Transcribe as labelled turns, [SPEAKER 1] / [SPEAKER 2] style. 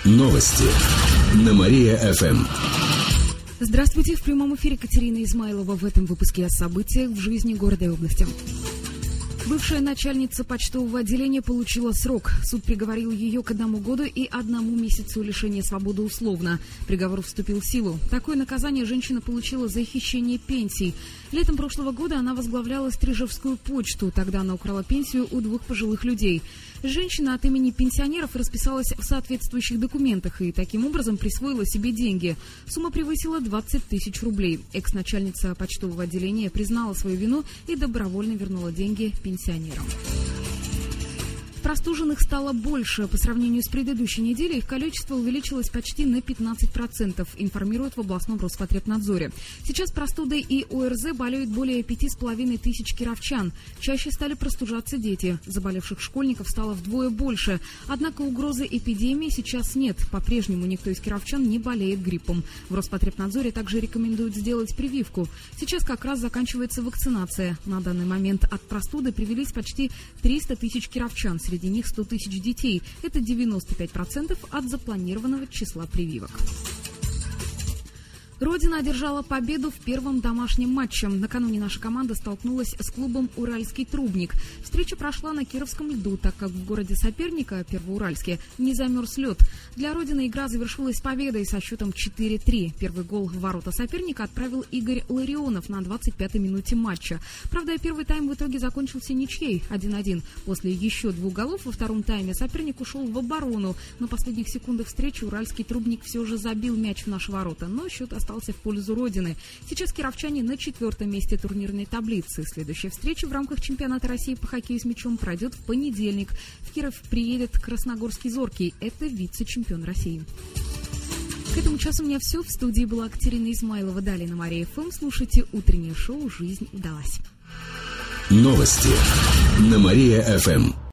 [SPEAKER 1] Новости на Мария-ФМ.
[SPEAKER 2] Здравствуйте, в прямом эфире Катерина Измайлова. В этом выпуске о событиях в жизни города и области. Бывшая начальница почтового отделения получила срок. Суд приговорил ее к 1 году и 1 месяцу лишения свободы условно. Приговор вступил в силу. Такое наказание женщина получила за хищение пенсий. Летом прошлого года она возглавляла Стрижевскую почту. Тогда она украла пенсию у 2 пожилых людей. Женщина от имени пенсионеров расписалась в соответствующих документах и таким образом присвоила себе деньги. Сумма превысила 20 тысяч рублей. Экс-начальница почтового отделения признала свою вину и добровольно вернула деньги пенсионерам. Простуженных стало больше. По сравнению с предыдущей неделей их количество увеличилось почти на 15%, информируют в областном Роспотребнадзоре. Сейчас простудой и ОРЗ болеют более 5,5 тысяч кировчан. Чаще стали простужаться дети. Заболевших школьников стало вдвое больше. Однако угрозы эпидемии сейчас нет. По-прежнему никто из кировчан не болеет гриппом. В Роспотребнадзоре также рекомендуют сделать прививку. Сейчас как раз заканчивается вакцинация. На данный момент от простуды привились почти 300 тысяч кировчан. Среди них 100 тысяч детей. Это 95% от запланированного числа прививок. Родина одержала победу в первом домашнем матче. Накануне наша команда столкнулась с клубом «Уральский Трубник». Встреча прошла на Кировском льду, так как в городе соперника, Первоуральске, не замерз лед. Для Родины игра завершилась победой со счетом 4-3. Первый гол в ворота соперника отправил Игорь Ларионов на 25-й минуте матча. Правда, первый тайм в итоге закончился ничьей 1-1. После еще 2 голов во втором тайме соперник ушел в оборону. На последних секундах встречи Уральский Трубник все же забил мяч в наши ворота, но счет остался в пользу Родины. Сейчас кировчане на 4-м месте турнирной таблицы. Следующая встреча в рамках чемпионата России по хоккею с мячом пройдет в понедельник. В Киров приедет Красногорский «Зоркий». Это вице-чемпион России. К этому часу у меня все. В студии была Катерина Измайлова. Далее на Мария-ФМ слушайте утреннее шоу «Жизнь удалась».
[SPEAKER 1] Новости на Мария-ФМ.